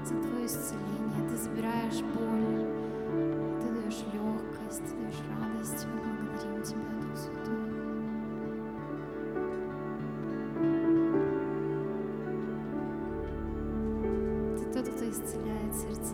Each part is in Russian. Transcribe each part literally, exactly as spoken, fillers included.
за Твое исцеление. Ты забираешь боль, Ты даешь легкость, Ты даешь радость. Мы благодарим Тебя, Дух Святой. Ты тот, кто исцеляет сердца.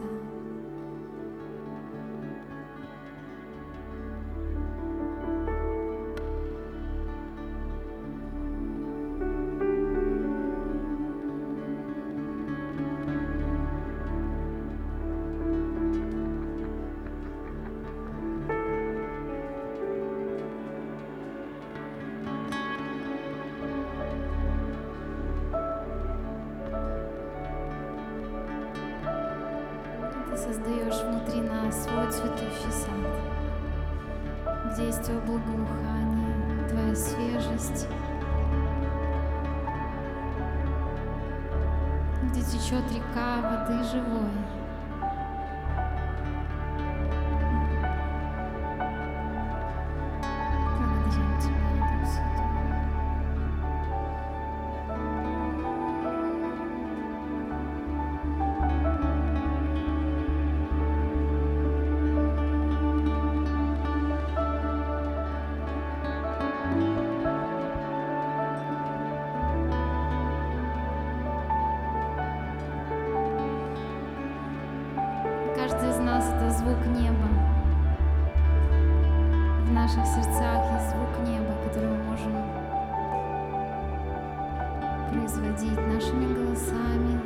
Ты создаешь внутри нас свой цветущий сад, где есть Твое благоухание, Твоя свежесть, где течет река воды живой. Благодарим Тебя, Дух Святой. Каждый из нас — это звук неба. В наших сердцах есть звук неба, который мы можем производить нашими голосами.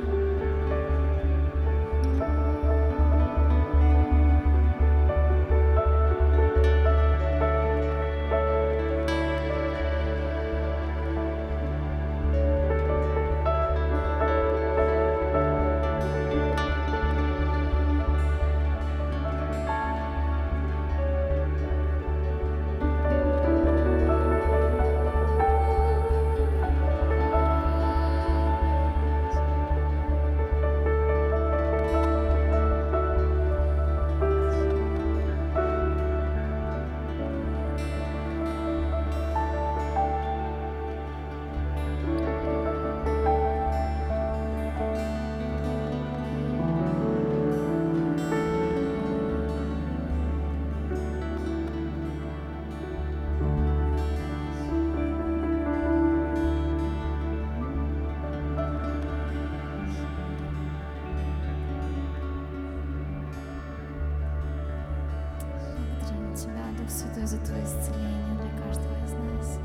Благодарим Тебя, Дух Святой, за Твое исцеление для каждого из нас.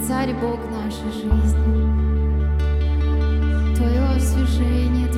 Царь Бог нашей жизни. Твое освяжение,